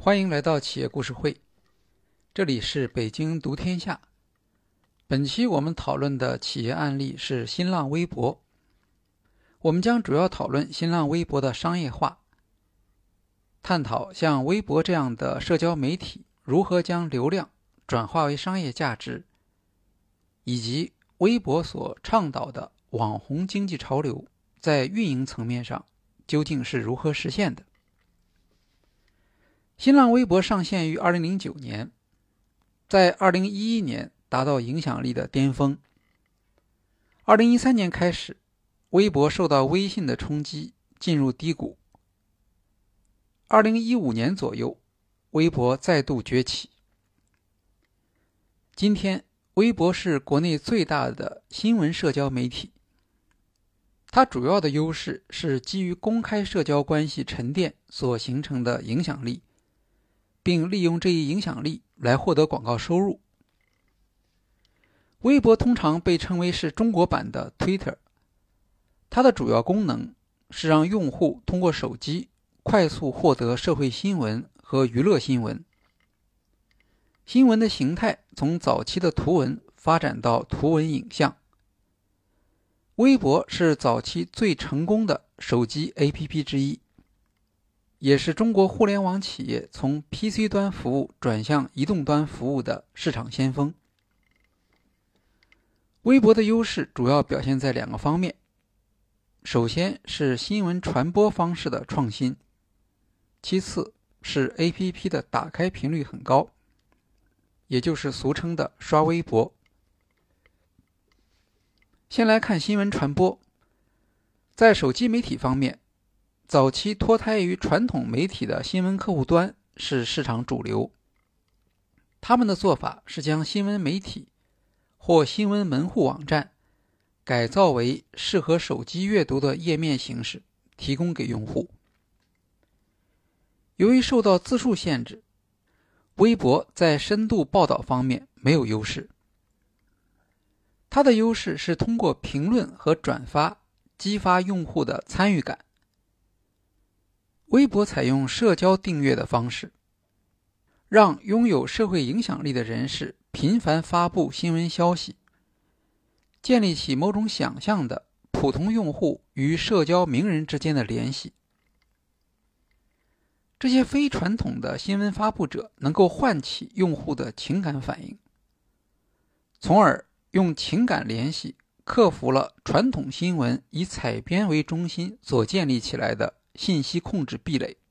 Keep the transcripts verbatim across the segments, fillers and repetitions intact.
欢迎来到企业故事会，这里是北京读天下。本期我们讨论的企业案例是新浪微博。我们将主要讨论新浪微博的商业化，探讨像微博这样的社交媒体如何将流量转化为商业价值，以及微博所倡导的网红经济潮流在运营层面上究竟是如何实现的。新浪微博上线于二零零九年，在二零一一年达到影响力的巅峰。二零一三年开始，微博受到微信的冲击，进入低谷。二零一五年左右，微博再度崛起。今天，微博是国内最大的新闻社交媒体。它主要的优势是基于公开社交关系沉淀所形成的影响力，并利用这一影响力来获得广告收入。微博通常被称为是中国版的 Twitter， 它的主要功能是让用户通过手机快速获得社会新闻和娱乐新闻。新闻的形态从早期的图文发展到图文影像。微博是早期最成功的手机 A P P 之一，也是中国互联网企业从 P C 端服务转向移动端服务的市场先锋。微博的优势主要表现在两个方面，首先是新闻传播方式的创新，其次是 A P P 的打开频率很高，也就是俗称的刷微博。先来看新闻传播。在手机媒体方面，早期脱胎于传统媒体的新闻客户端是市场主流。他们的做法是将新闻媒体或新闻门户网站改造为适合手机阅读的页面形式，提供给用户。由于受到字数限制，微博在深度报道方面没有优势。它的优势是通过评论和转发激发用户的参与感。微博采用社交订阅的方式，让拥有社会影响力的人士频繁发布新闻消息，建立起某种想象的普通用户与社交名人之间的联系。这些非传统的新闻发布者能够唤起用户的情感反应，从而用情感联系克服了传统新闻以采编为中心所建立起来的信息控制壁垒。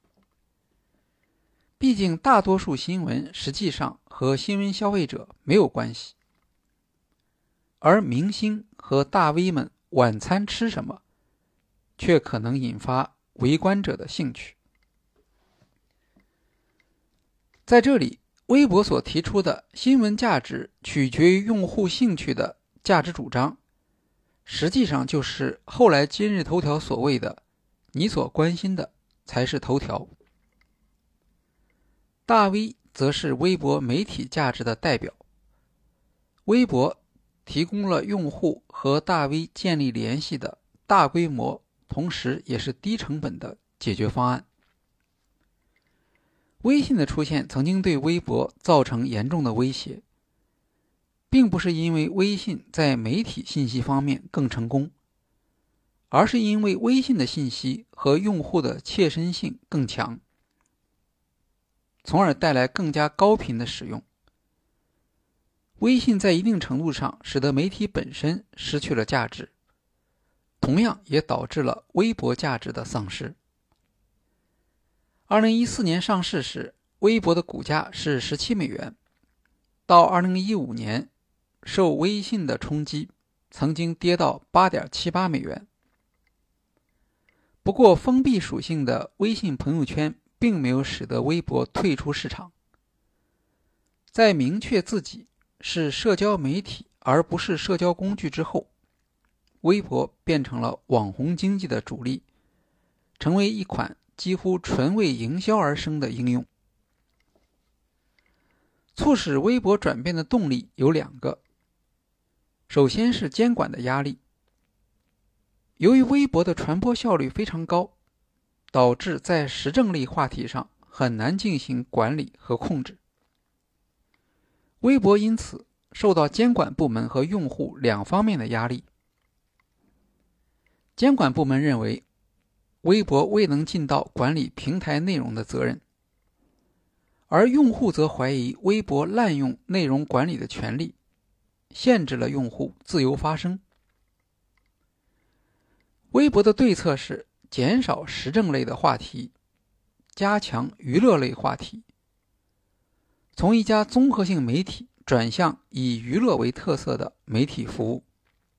毕竟大多数新闻实际上和新闻消费者没有关系，而明星和大 V 们晚餐吃什么，却可能引发围观者的兴趣。在这里，微博所提出的新闻价值取决于用户兴趣的价值主张，实际上就是后来今日头条所谓的你所关心的才是头条。大 V 则是微博媒体价值的代表。微博提供了用户和大 V 建立联系的大规模，同时也是低成本的解决方案。微信的出现曾经对微博造成严重的威胁，并不是因为微信在媒体信息方面更成功，而是因为微信的信息和用户的切身性更强，从而带来更加高频的使用。微信在一定程度上使得媒体本身失去了价值，同样也导致了微博价值的丧失。二零一四年上市时，微博的股价是十七美元，到二零一五年受微信的冲击，曾经跌到 八点七八美元。不过封闭属性的微信朋友圈并没有使得微博退出市场。在明确自己是社交媒体而不是社交工具之后，微博变成了网红经济的主力，成为一款几乎纯为营销而生的应用。促使微博转变的动力有两个，首先是监管的压力。由于微博的传播效率非常高，导致在时政类话题上很难进行管理和控制。微博因此受到监管部门和用户两方面的压力。监管部门认为，微博未能尽到管理平台内容的责任，而用户则怀疑微博滥用内容管理的权利，限制了用户自由发声。微博的对策是减少时政类的话题，加强娱乐类话题，从一家综合性媒体转向以娱乐为特色的媒体服务。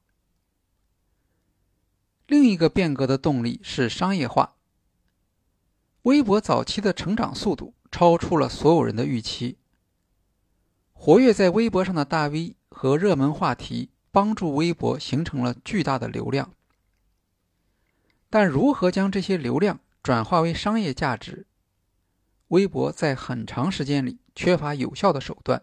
另一个变革的动力是商业化。微博早期的成长速度超出了所有人的预期。活跃在微博上的大 V 和热门话题帮助微博形成了巨大的流量。但如何将这些流量转化为商业价值，微博在很长时间里缺乏有效的手段。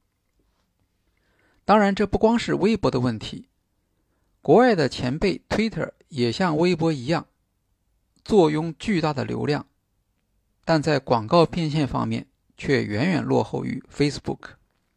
当然，这不光是微博的问题，国外的前辈 Twitter 也像微博一样，坐拥巨大的流量，但在广告变现方面却远远落后于 Facebook。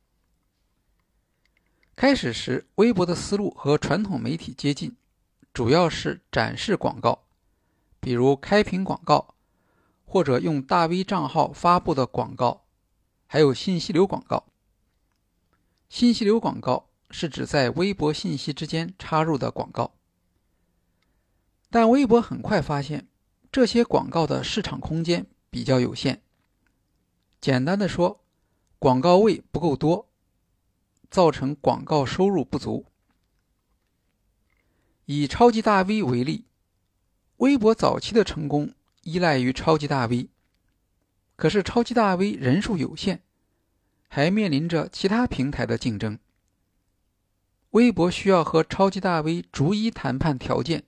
开始时，微博的思路和传统媒体接近，主要是展示广告，比如开屏广告，或者用大 V 账号发布的广告，还有信息流广告。信息流广告是指在微博信息之间插入的广告。但微博很快发现，这些广告的市场空间比较有限。简单的说，广告位不够多，造成广告收入不足。以超级大 V 为例，微博早期的成功依赖于超级大 V， 可是超级大 V 人数有限，还面临着其他平台的竞争。微博需要和超级大 V 逐一谈判条件，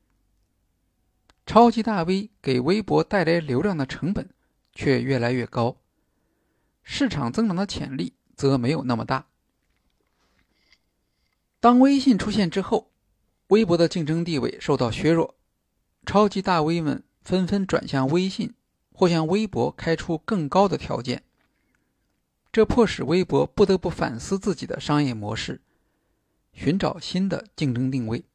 超级大 V 给微博带来流量的成本却越来越高，市场增长的潜力则没有那么大。当微信出现之后，微博的竞争地位受到削弱，超级大 V 们纷纷转向微信或向微博开出更高的条件，这迫使微博不得不反思自己的商业模式，寻找新的竞争定位。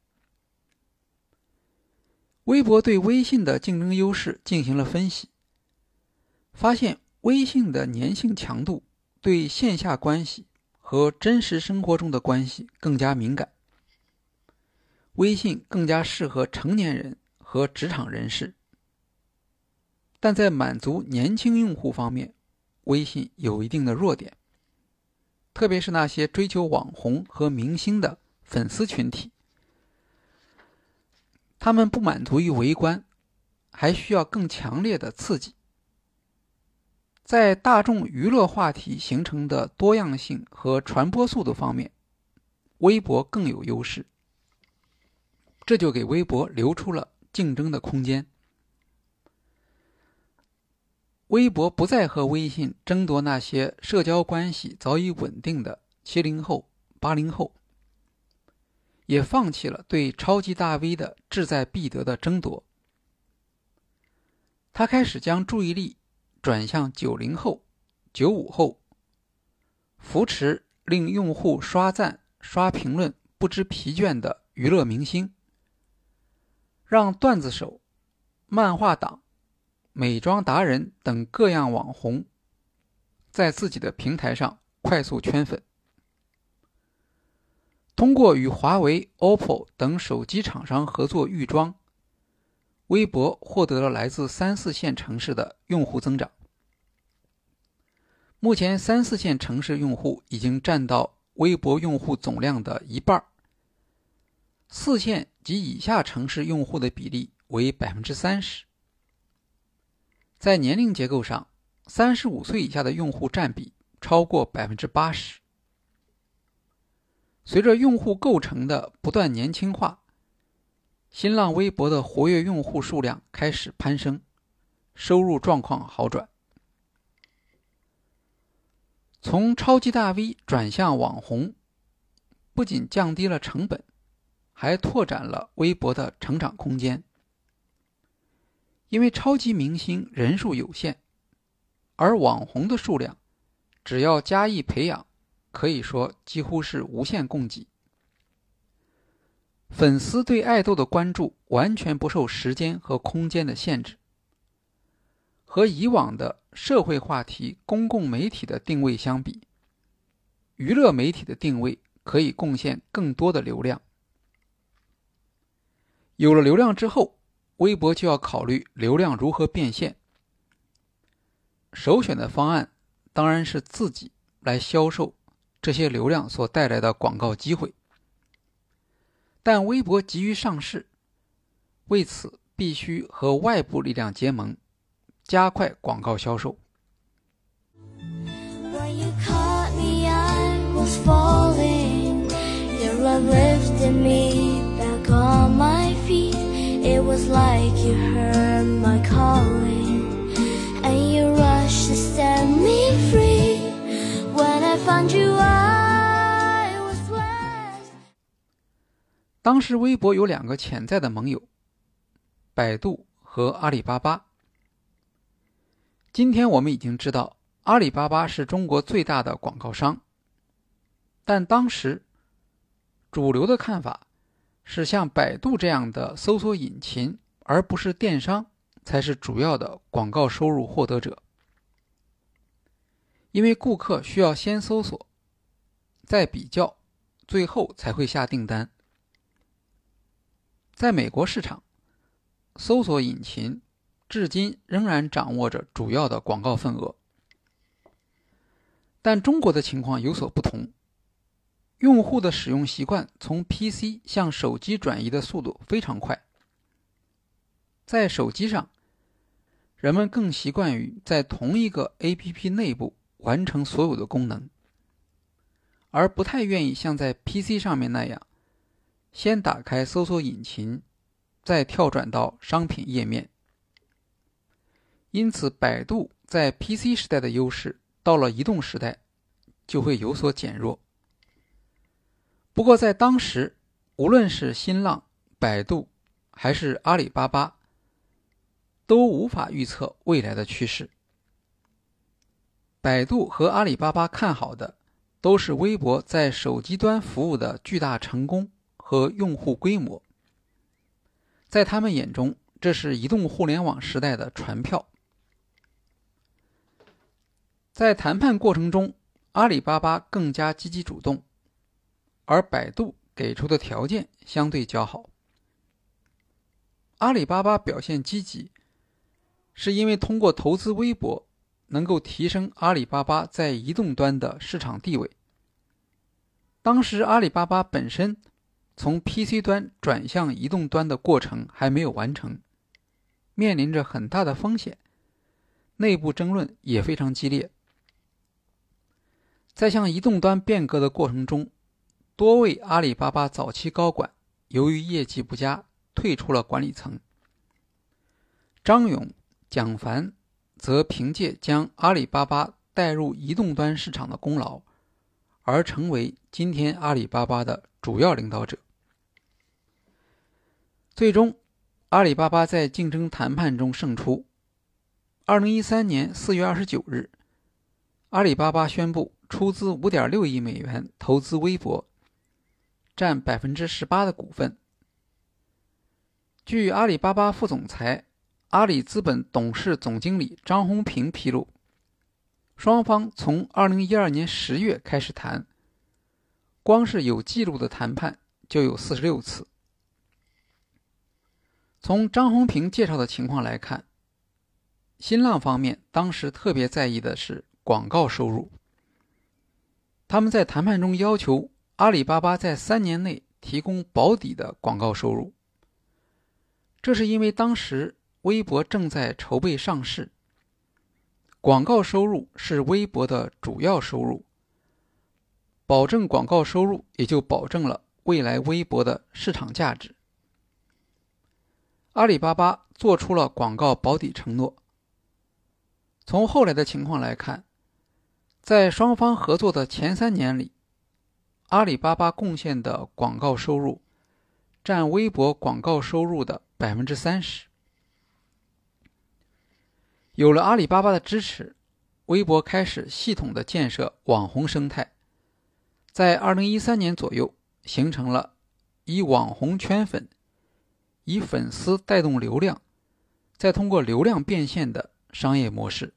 微博对微信的竞争优势进行了分析，发现微信的粘性强度对线下关系和真实生活中的关系更加敏感，微信更加适合成年人和职场人士。但在满足年轻用户方面，微信有一定的弱点，特别是那些追求网红和明星的粉丝群体，他们不满足于围观，还需要更强烈的刺激。在大众娱乐话题形成的多样性和传播速度方面，微博更有优势，这就给微博留出了竞争的空间。微博不再和微信争夺那些社交关系早已稳定的七零后、八零后，也放弃了对超级大 V 的志在必得的争夺。他开始将注意力转向九零后、九五后，扶持令用户刷赞、刷评论不知疲倦的娱乐明星，让段子手、漫画党、美妆达人等各样网红在自己的平台上快速圈粉。通过与华为、O P P O 等手机厂商合作预装，微博获得了来自三四线城市的用户增长。目前三四线城市用户已经占到微博用户总量的一半，四线及以下城市用户的比例为 百分之三十。在年龄结构上，三十五岁以下的用户占比超过 百分之八十。随着用户构成的不断年轻化，新浪微博的活跃用户数量开始攀升，收入状况好转。从超级大 V 转向网红，不仅降低了成本，还拓展了微博的成长空间。因为超级明星人数有限， 而网红的数量只要加以培养，可以说几乎是无限供给。粉丝对爱豆的关注完全不受时间和空间的限制。和以往的社会话题公共媒体的定位相比，娱乐媒体的定位可以贡献更多的流量。有了流量之后，微博就要考虑流量如何变现。首选的方案当然是自己来销售这些流量所带来的广告机会。但微博急于上市，为此必须和外部力量结盟，加快广告销售。当时微博有两个潜在的盟友，百度和阿里巴巴。今天我们已经知道阿里巴巴是中国最大的广告商，但当时主流的看法是像百度这样的搜索引擎，而不是电商才是主要的广告收入获得者。因为顾客需要先搜索，再比较，最后才会下订单。在美国市场，搜索引擎至今仍然掌握着主要的广告份额。但中国的情况有所不同，用户的使用习惯从 P C 向手机转移的速度非常快。在手机上，人们更习惯于在同一个 A P P 内部完成所有的功能，而不太愿意像在 P C 上面那样先打开搜索引擎，再跳转到商品页面。因此百度在 P C 时代的优势到了移动时代就会有所减弱。不过在当时，无论是新浪、百度还是阿里巴巴，都无法预测未来的趋势。百度和阿里巴巴看好的都是微博在手机端服务的巨大成功和用户规模，在他们眼中，这是移动互联网时代的传票。在谈判过程中，阿里巴巴更加积极主动，而百度给出的条件相对较好。阿里巴巴表现积极，是因为通过投资微博，能够提升阿里巴巴在移动端的市场地位。当时阿里巴巴本身从 P C 端转向移动端的过程还没有完成，面临着很大的风险，内部争论也非常激烈。在向移动端变革的过程中，多位阿里巴巴早期高管由于业绩不佳退出了管理层。张勇、蒋凡则凭借将阿里巴巴带入移动端市场的功劳，而成为今天阿里巴巴的主要领导者。最终，阿里巴巴在竞争谈判中胜出。二零一三年四月二十九日，阿里巴巴宣布出资 五点六亿美元投资微博，占 百分之十八 的股份。据阿里巴巴副总裁、阿里资本董事总经理张宏平披露，双方从二零一二年十月开始谈，光是有记录的谈判就有四十六次。从张宏平介绍的情况来看，新浪方面当时特别在意的是广告收入。他们在谈判中要求阿里巴巴在三年内提供保底的广告收入。这是因为当时微博正在筹备上市，广告收入是微博的主要收入，保证广告收入也就保证了未来微博的市场价值。阿里巴巴做出了广告保底承诺。从后来的情况来看，在双方合作的前三年里，阿里巴巴贡献的广告收入占微博广告收入的 百分之三十。有了阿里巴巴的支持， 微博开始系统的建设网红生态，在二零一三年左右形成了以网红圈粉、以粉丝带动流量，再通过流量变现的商业模式。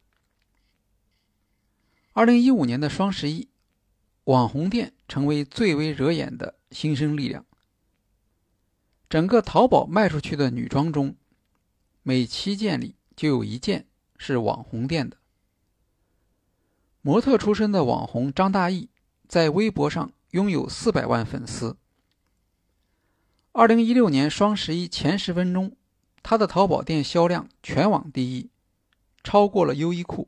二零一五年的双十一，网红店成为最为惹眼的新生力量。整个淘宝卖出去的女装中，每七件里就有一件是网红店的。模特出身的网红张大奕在微博上拥有四百万粉丝。二零一六年双十一前十分钟，他的淘宝店销量全网第一，超过了优衣库。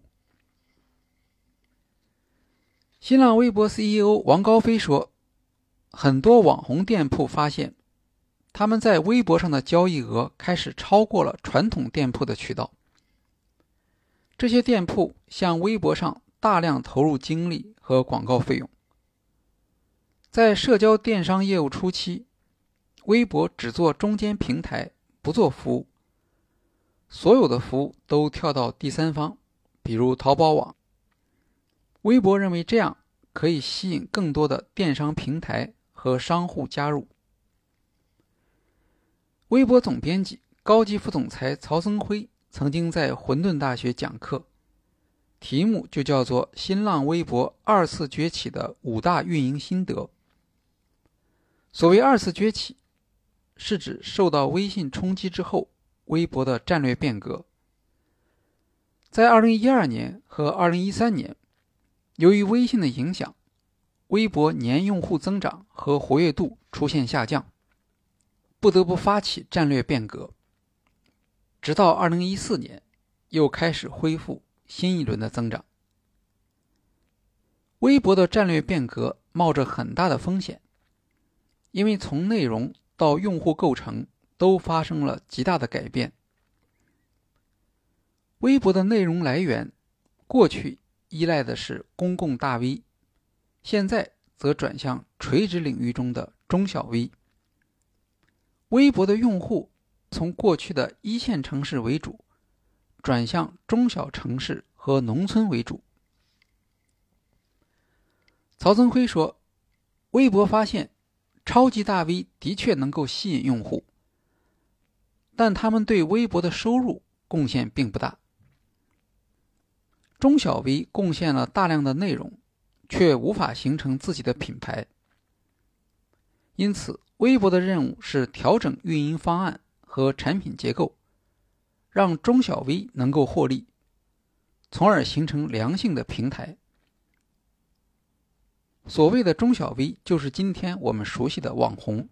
新浪微博 C E O 王高飞说，很多网红店铺发现，他们在微博上的交易额开始超过了传统店铺的渠道。这些店铺向微博上大量投入精力和广告费用。在社交电商业务初期，微博只做中间平台，不做服务，所有的服务都跳到第三方，比如淘宝网。微博认为这样可以吸引更多的电商平台和商户加入。微博总编辑、高级副总裁曹增辉曾经在混沌大学讲课，题目就叫做新浪微博二次崛起的五大运营心得。所谓二次崛起，是指受到微信冲击之后微博的战略变革。在二零一二年和二零一三年，由于微信的影响，微博年用户增长和活跃度出现下降，不得不发起战略变革。直到二零一四年又开始恢复新一轮的增长。微博的战略变革冒着很大的风险，因为从内容到用户构成都发生了极大的改变。微博的内容来源过去依赖的是公共大 V， 现在则转向垂直领域中的中小 V。 微博的用户从过去的一线城市为主，转向中小城市和农村为主。曹增辉说，微博发现超级大 V 的确能够吸引用户，但他们对微博的收入贡献并不大。中小 V 贡献了大量的内容，却无法形成自己的品牌。因此，微博的任务是调整运营方案和产品结构，让中小 V 能够获利，从而形成良性的平台。所谓的中小 V 就是今天我们熟悉的网红。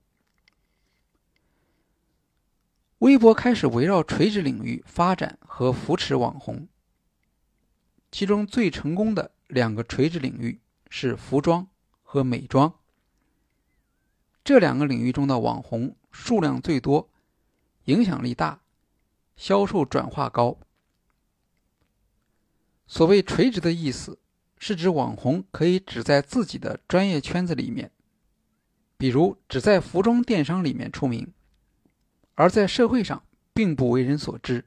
微博开始围绕垂直领域发展和扶持网红，其中最成功的两个垂直领域是服装和美妆。这两个领域中的网红数量最多，影响力大，销售转化高。所谓垂直的意思，是指网红可以只在自己的专业圈子里面，比如只在服装电商里面出名，而在社会上并不为人所知。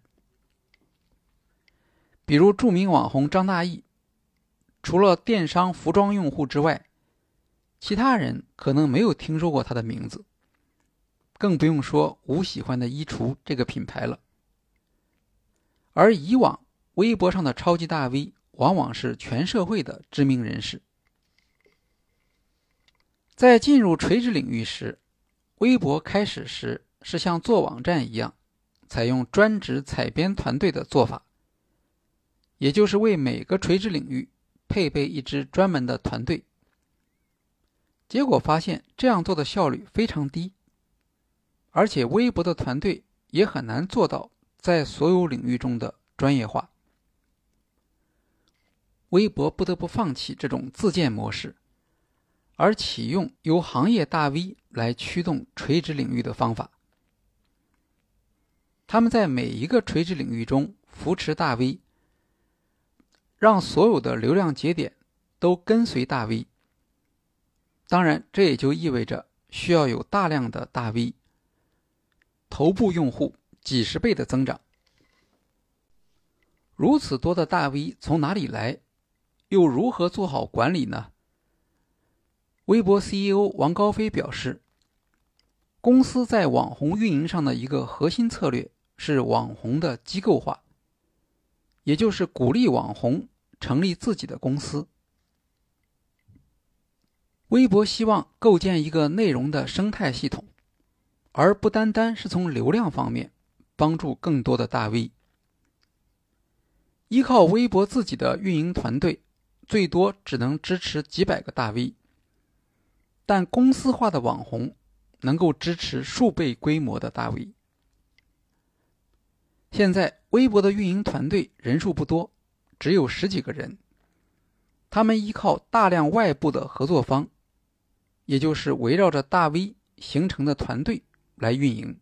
比如著名网红张大奕，除了电商服装用户之外，其他人可能没有听说过他的名字，更不用说吴喜欢的衣橱这个品牌了。而以往微博上的超级大 V 往往是全社会的知名人士。在进入垂直领域时，微博开始时是像做网站一样，采用专职采编团队的做法，也就是为每个垂直领域配备一支专门的团队。结果发现这样做的效率非常低，而且微博的团队也很难做到在所有领域中的专业化。微博不得不放弃这种自建模式，而启用由行业大 V 来驱动垂直领域的方法。他们在每一个垂直领域中扶持大 V， 让所有的流量节点都跟随大 V。当然，这也就意味着需要有大量的大 V， 头部用户几十倍的增长。如此多的大 V 从哪里来， 又如何做好管理呢？微博 C E O 王高飞表示，公司在网红运营上的一个核心策略是网红的机构化，也就是鼓励网红成立自己的公司。微博希望构建一个内容的生态系统，而不单单是从流量方面帮助更多的大 V。依靠微博自己的运营团队，最多只能支持几百个大 V， 但公司化的网红能够支持数倍规模的大 V。现在微博的运营团队人数不多，只有十几个人，他们依靠大量外部的合作方，也就是围绕着大 V 形成的团队来运营。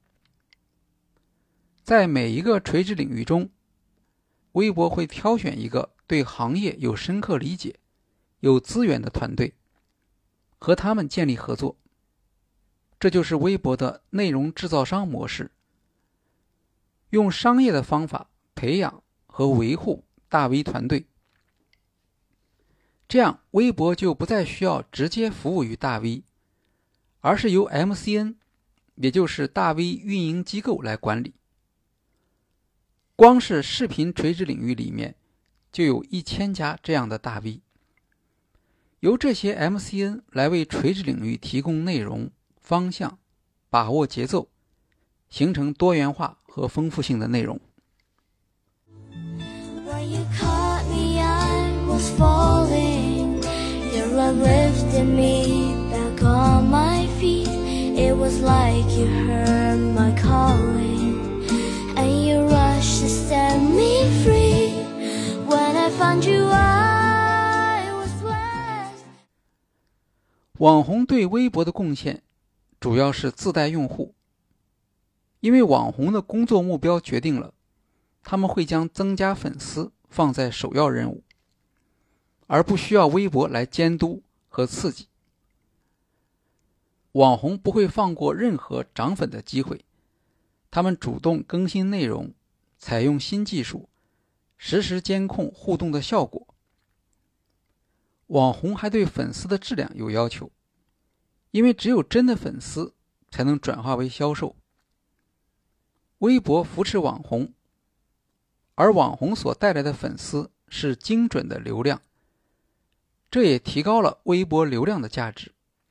在每一个垂直领域中，微博会挑选一个对行业有深刻理解、有资源的团队，和他们建立合作。这就是微博的内容制造商模式，用商业的方法培养和维护大 V 团队。这样微博就不再需要直接服务于大 V， 而是由 M C N， 也就是大 V 运营机构来管理。光是视频垂直领域里面就有一千家这样的大 V， 由这些 M C N 来为垂直领域提供内容、方向，把握节奏，形成多元化和丰富性的内容。网红对微博的贡献主要是自带用户，因为网红的工作目标决定了，他们会将增加粉丝放在首要任务，而不需要微博来监督和刺激。网红不会放过任何涨粉的机会，他们主动更新内容，采用新技术，实时监控互动的效果。网红还对粉丝的质量有要求，因为只有真的粉丝才能转化为销售。微博扶持网红，而网红所带来的粉丝是精准的流量，这也提高了微博流量的价值。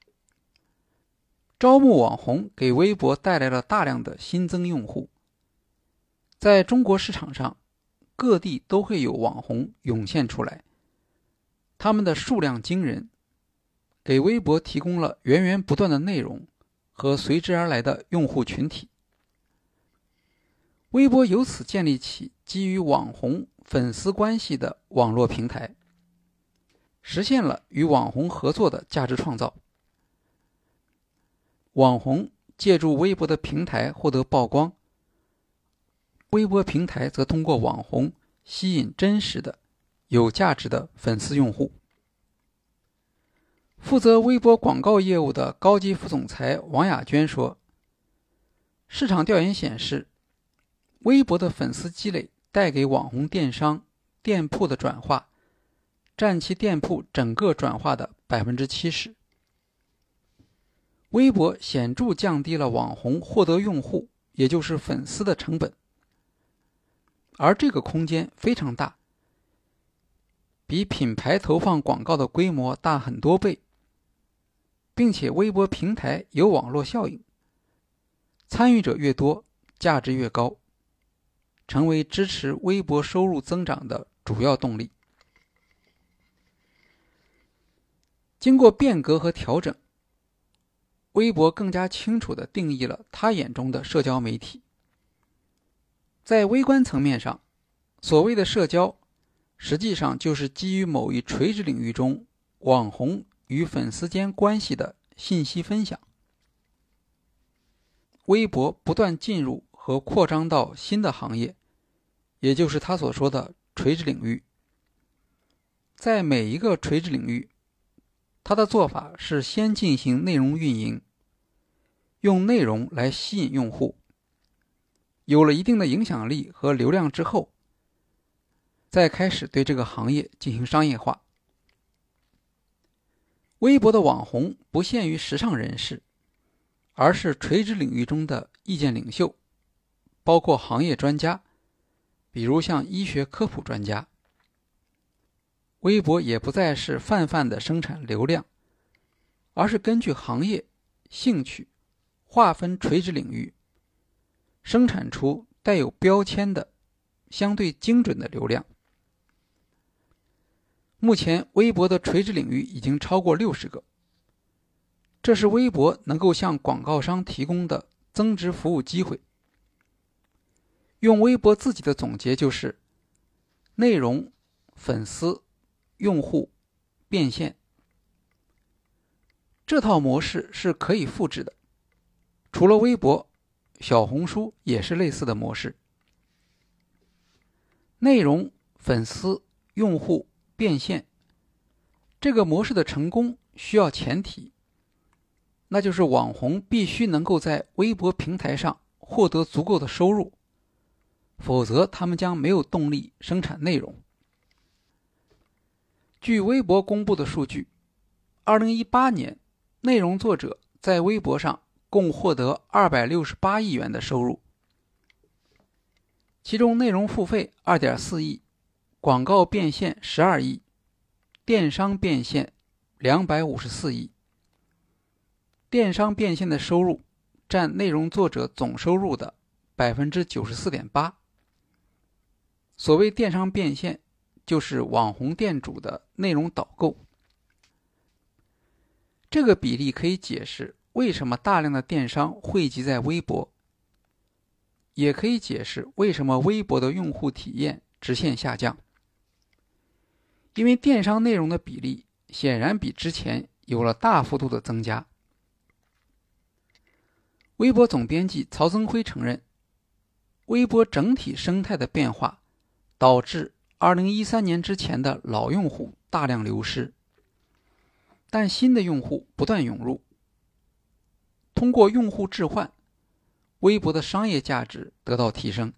招募网红给微博带来了大量的新增用户。在中国市场上，各地都会有网红涌现出来，他们的数量惊人，给微博提供了源源不断的内容和随之而来的用户群体。微博由此建立起基于网红粉丝关系的网络平台，实现了与网红合作的价值创造。网红借助微博的平台获得曝光，微博平台则通过网红吸引真实的、有价值的粉丝用户。负责微博广告业务的高级副总裁王雅娟说，市场调研显示，微博的粉丝积累带给网红电商店铺的转化占其店铺整个转化的 百分之七十。 微博显著降低了网红获得用户，也就是粉丝的成本，而这个空间非常大，比品牌投放广告的规模大很多倍，并且微博平台有网络效应，参与者越多，价值越高，成为支持微博收入增长的主要动力。经过变革和调整，微博更加清楚地定义了他眼中的社交媒体。在微观层面上，所谓的社交实际上就是基于某一垂直领域中网红与粉丝间关系的信息分享。微博不断进入和扩张到新的行业，也就是他所说的垂直领域。在每一个垂直领域，他的做法是先进行内容运营，用内容来吸引用户，有了一定的影响力和流量之后，再开始对这个行业进行商业化， 微博的网红不限于时尚人士，而是垂直领域中的意见领袖，包括行业专家，比如像医学科普专家。微博也不再是泛泛的生产流量，而是根据行业、兴趣划分垂直领域，生产出带有标签的相对精准的流量。目前微博的垂直领域已经超过六十个，这是微博能够向广告商提供的增值服务机会。用微博自己的总结就是：内容、粉丝、用户、变现。这套模式是可以复制的，除了微博，小红书也是类似的模式。内容、粉丝、用户、变现，这个模式的成功需要前提，那就是网红必须能够在微博平台上获得足够的收入，否则他们将没有动力生产内容。据微博公布的数据，二零一八年内容作者在微博上共获得二百六十八亿元的收入，其中内容付费 二点四亿，广告变现十二亿，电商变现两百五十四亿。电商变现的收入占内容作者总收入的 百分之九十四点八。 所谓电商变现，就是网红店主的内容导购。这个比例可以解释为什么大量的电商汇集在微博，也可以解释为什么微博的用户体验直线下降。因为电商内容的比例显然比之前有了大幅度的增加。微博总编辑曹增辉承认，微博整体生态的变化导致二零一三年之前的老用户大量流失，但新的用户不断涌入。通过用户置换，微博的商业价值得到提升。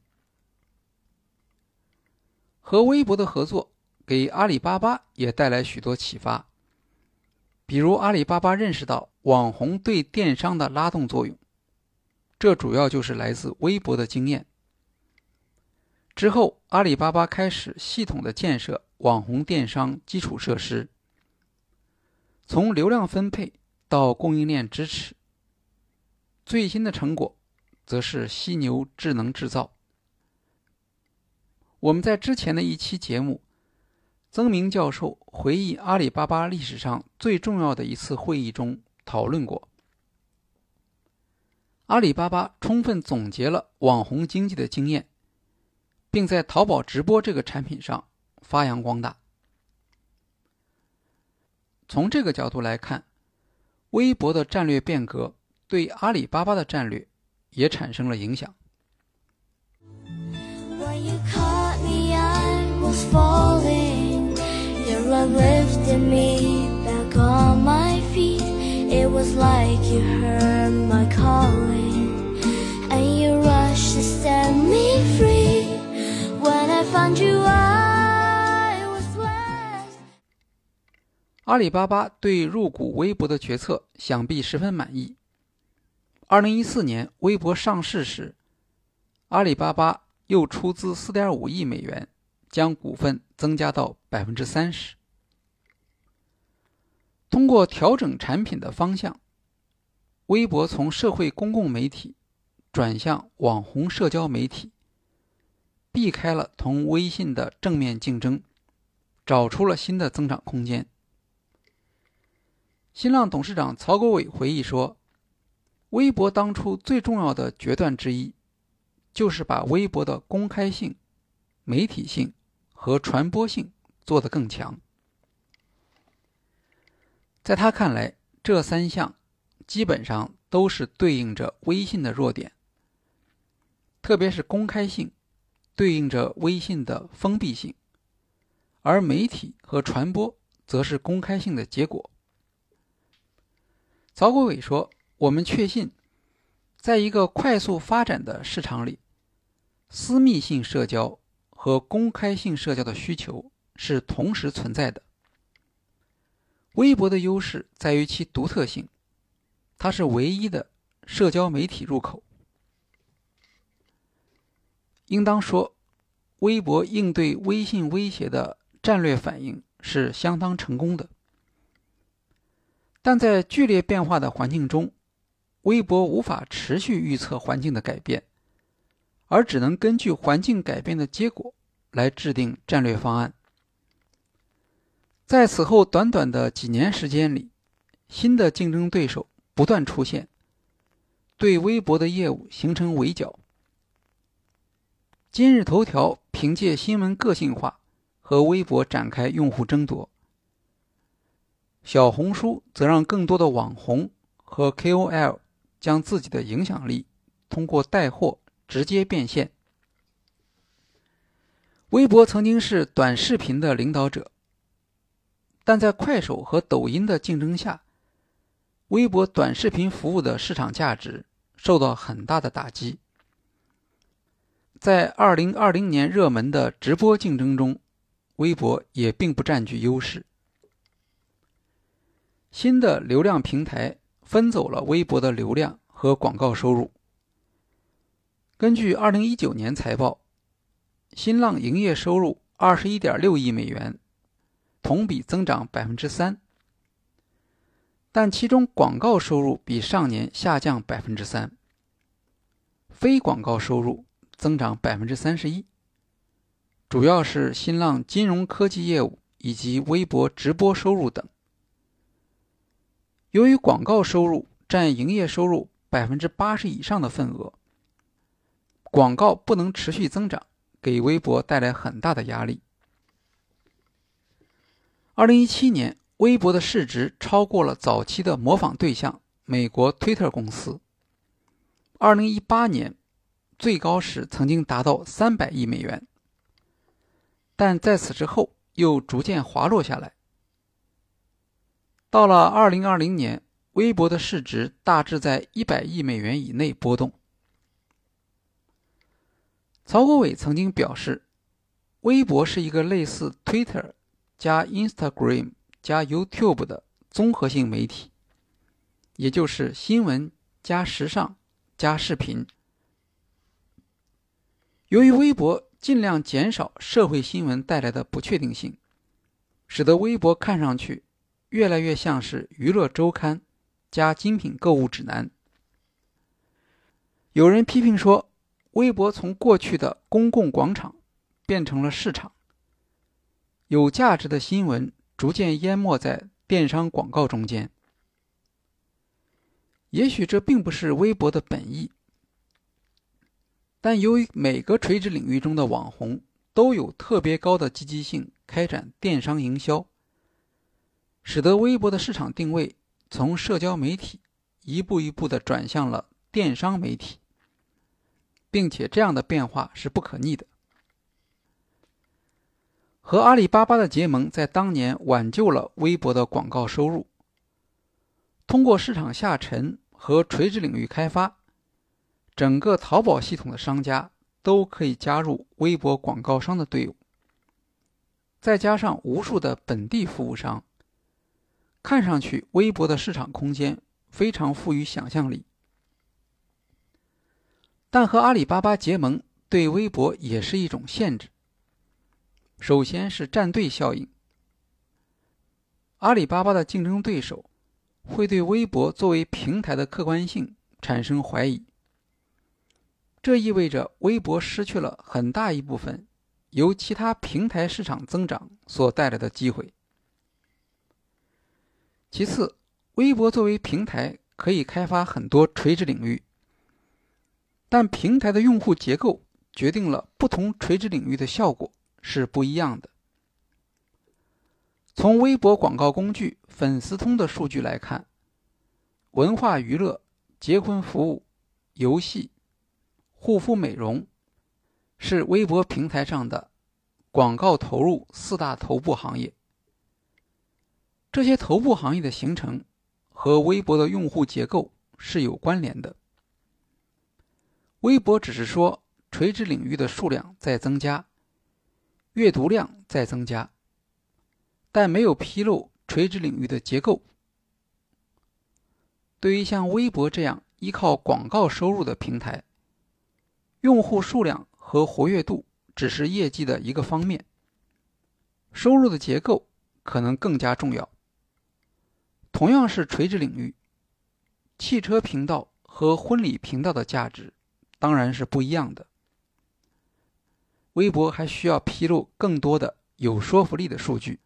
和微博的合作给阿里巴巴也带来许多启发，比如阿里巴巴认识到网红对电商的拉动作用，这主要就是来自微博的经验。之后，阿里巴巴开始系统的建设网红电商基础设施，从流量分配到供应链支持。最新的成果则是犀牛智能制造。我们在之前的一期节目，曾明教授回忆阿里巴巴历史上最重要的一次会议中讨论过，阿里巴巴充分总结了网红经济的经验，并在淘宝直播这个产品上发扬光大。从这个角度来看，微博的战略变革对阿里巴巴的战略也产生了影响。阿里巴巴对入股微博的决策想必十分满意。二零一四年微博上市时，阿里巴巴又出资 四点五亿美元，将股份增加到 百分之三十。 通过调整产品的方向，微博从社会公共媒体转向网红社交媒体，避开了同微信的正面竞争，找出了新的增长空间。新浪董事长曹国伟回忆说，微博当初最重要的决断之一，就是把微博的公开性、媒体性和传播性做得更强。在他看来，这三项基本上都是对应着微信的弱点，特别是公开性对应着微信的封闭性，而媒体和传播则是公开性的结果。曹国伟说，我们确信，在一个快速发展的市场里，私密性社交和公开性社交的需求是同时存在的。 微博的优势在于其独特性，它是唯一的社交媒体入口。应当说，微博应对微信威胁的战略反应是相当成功的。但在剧烈变化的环境中，微博无法持续预测环境的改变，而只能根据环境改变的结果来制定战略方案。在此后短短的几年时间里，新的竞争对手不断出现，对微博的业务形成围剿。今日头条凭借新闻个性化和微博展开用户争夺，小红书则让更多的网红和 K O L 将自己的影响力通过带货直接变现。微博曾经是短视频的领导者，但在快手和抖音的竞争下，微博短视频服务的市场价值受到很大的打击。在二零二零年热门的直播竞争中，微博也并不占据优势。新的流量平台分走了微博的流量和广告收入。根据二零一九年财报，新浪营业收入 二十一点六亿美元，同比增长 百分之三， 但其中广告收入比上年下降 百分之三， 非广告收入增长 百分之三十一， 主要是新浪金融科技业务以及微博直播收入等。由于广告收入占营业收入 百分之八十 以上的份额，广告不能持续增长，给微博带来很大的压力。二零一七年，微博的市值超过了早期的模仿对象美国 Twitter 公司。二零一八年最高时曾经达到三百亿美元，但在此之后又逐渐滑落下来。到了二零二零年，微博的市值大致在一百亿美元以内波动。曹国伟曾经表示，微博是一个类似 Twitter 加 Instagram 加 YouTube 的综合性媒体，也就是新闻加时尚加视频。由于微博尽量减少社会新闻带来的不确定性，使得微博看上去越来越像是娱乐周刊加精品购物指南。有人批评说，微博从过去的公共广场变成了市场，有价值的新闻逐渐淹没在电商广告中间。也许这并不是微博的本意，但由于每个垂直领域中的网红都有特别高的积极性开展电商营销，使得微博的市场定位从社交媒体一步一步地转向了电商媒体，并且这样的变化是不可逆的。和阿里巴巴的结盟在当年挽救了微博的广告收入。通过市场下沉和垂直领域开发，整个淘宝系统的商家都可以加入微博广告商的队伍，再加上无数的本地服务商，看上去微博的市场空间非常富于想象力。但和阿里巴巴结盟对微博也是一种限制。首先是站队效应，阿里巴巴的竞争对手会对微博作为平台的客观性产生怀疑，这意味着微博失去了很大一部分由其他平台市场增长所带来的机会。其次，微博作为平台可以开发很多垂直领域，但平台的用户结构决定了不同垂直领域的效果是不一样的。从微博广告工具粉丝通的数据来看，文化娱乐、结婚服务、游戏、护肤美容是微博平台上的广告投入四大头部行业。这些头部行业的形成和微博的用户结构是有关联的。微博只是说垂直领域的数量在增加，阅读量在增加，但没有披露垂直领域的结构。对于像微博这样依靠广告收入的平台，用户数量和活跃度只是业绩的一个方面，收入的结构可能更加重要。同样是垂直领域，汽车频道和婚礼频道的价值当然是不一样的。微博还需要披露更多的有说服力的数据。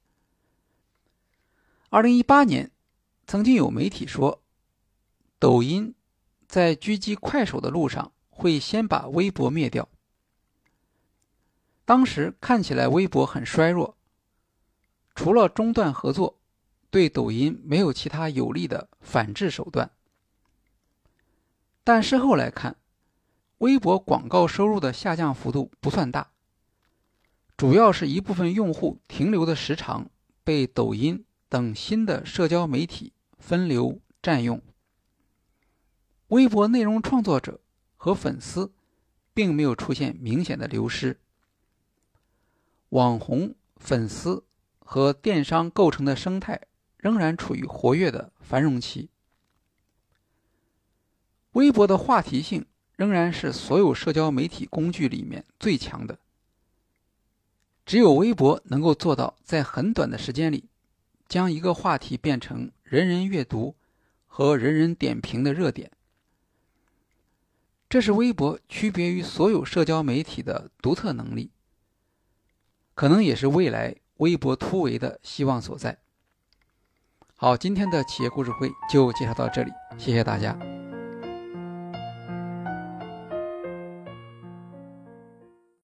二零一八年，曾经有媒体说，抖音在狙击快手的路上会先把微博灭掉。当时看起来微博很衰弱，除了中断合作，对抖音没有其他有力的反制手段。但事后来看，微博广告收入的下降幅度不算大，主要是一部分用户停留的时长被抖音等新的社交媒体分流占用。微博内容创作者和粉丝并没有出现明显的流失，网红、粉丝和电商构成的生态仍然处于活跃的繁荣期。微博的话题性仍然是所有社交媒体工具里面最强的，只有微博能够做到在很短的时间里将一个话题变成人人阅读和人人点评的热点。这是微博区别于所有社交媒体的独特能力，可能也是未来微博突围的希望所在。好，今天的企业故事会就介绍到这里，谢谢大家。